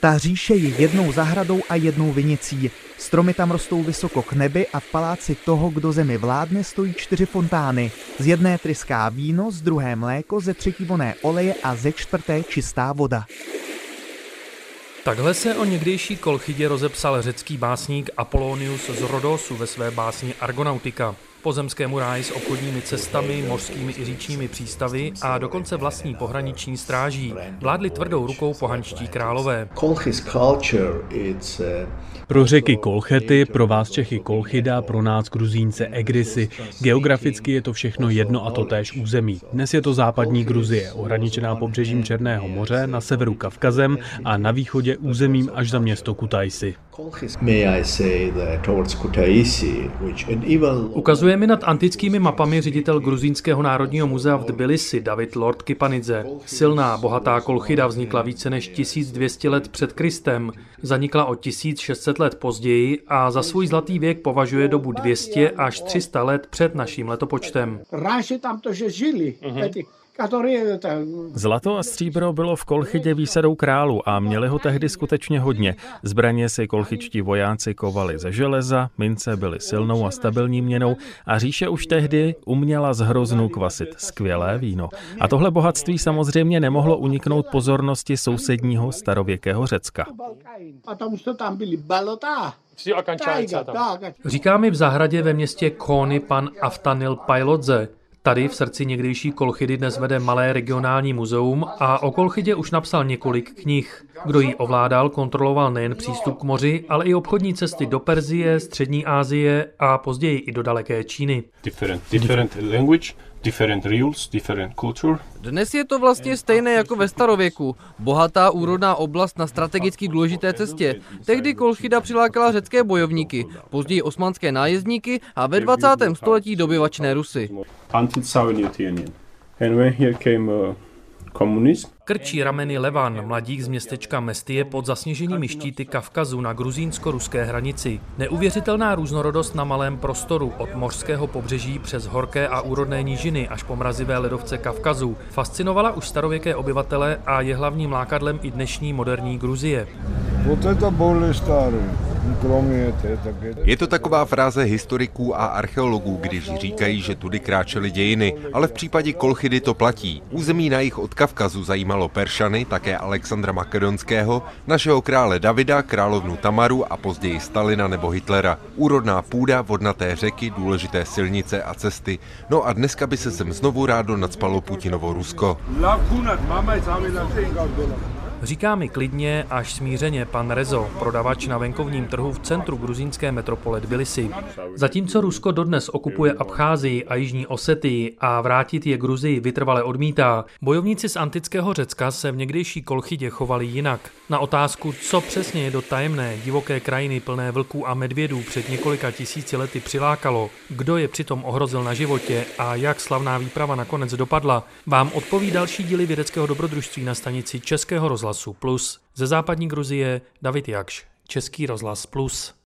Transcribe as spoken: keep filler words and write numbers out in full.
Ta říše je jednou zahradou a jednou vinicí. Stromy tam rostou vysoko k nebi a v paláci toho, kdo zemi vládne, stojí čtyři fontány. Z jedné tryská víno, z druhé mléko, ze třetí voné oleje a ze čtvrté čistá voda. Takhle se o někdejší Kolchidě rozepsal řecký básník Apollonius z Rodosu ve své básni Argonautika. Pozemskému ráji s obchodními cestami, mořskými i říčními přístavy a dokonce vlastní pohraniční stráží vládli tvrdou rukou pohanští králové. Pro Řeky Kolchety, pro vás Čechy Kolchida, pro nás Gruzínce Egrisy. Geograficky je to všechno jedno a totéž území. Dnes je to západní Gruzie, ohraničená pobřežím Černého moře, na severu Kavkazem a na východě územím až za město Kutaisi. Ukazuje mi nad antickými mapami ředitel Gruzínského národního muzea v Tbilisi David Lord Kipanidze. Silná, bohatá Kolchida vznikla více než tisíc dvě stě let před Kristem, zanikla o tisíc šest set let později a za svůj zlatý věk považuje dobu dvě stě až tři sta let před naším letopočtem. Zlato a stříbro bylo v Kolchidě výsadou králů a měli ho tehdy skutečně hodně. Zbraně si kolchičtí vojáci kovali ze železa, mince byly silnou a stabilní měnou a říše už tehdy uměla z hroznů kvasit skvělé víno. A tohle bohatství samozřejmě nemohlo uniknout pozornosti sousedního starověkého Řecka. Říká mi v zahradě ve městě Kóny pan Aftanil Pajlodze. Tady v srdci někdejší Kolchidy dnes vede malé regionální muzeum a o Kolchidě už napsal několik knih. Kdo ji ovládal, kontroloval nejen přístup k moři, ale i obchodní cesty do Perzie, Střední Asie a později i do daleké Číny. Different, different language. Different rules, different culture. Dnes je to vlastně stejné jako ve starověku. Bohatá úrodná oblast na strategicky důležité cestě. Tehdy Kolchida přilákala řecké bojovníky, později osmanské nájezdníky a ve dvacátém století dobyvačné Rusy. Krčí rameny Levan, mladík z městečka Mestie pod zasněženými štíty Kavkazu na gruzínsko-ruské hranici. Neuvěřitelná různorodost na malém prostoru od mořského pobřeží přes horké a úrodné nížiny až po mrazivé ledovce Kavkazu fascinovala už starověké obyvatele a je hlavním lákadlem i dnešní moderní Gruzie. Je to taková fráze historiků a archeologů, když říkají, že tudy kráčely dějiny, ale v případě Kolchidy to platí. Území na jih od Kavkazu zajímalo Peršany, také Alexandra Makedonského, našeho krále Davida, královnu Tamaru a později Stalina nebo Hitlera. Úrodná půda, vodnaté řeky, důležité silnice a cesty. No a dneska by se sem znovu rádo nacpalo Putinovo Rusko. Říká mi klidně až smířeně pan Rezo, prodavač na venkovním trhu v centru gruzínské metropole Tbilisi. Zatímco Rusko dodnes okupuje Abcházii a Jižní Osetii a vrátit je Gruzii vytrvale odmítá, bojovníci z antického Řecka se v někdejší Kolchidě chovali jinak. Na otázku, co přesně je do tajemné divoké krajiny plné vlků a medvědů před několika tisíci lety přilákalo, kdo je přitom ohrozil na životě a jak slavná výprava nakonec dopadla, vám odpoví další díly vědeckého dobrodružství na stanici Českého rozhlasu Plus. Ze západní Gruzie David Jakš, Český rozhlas Plus.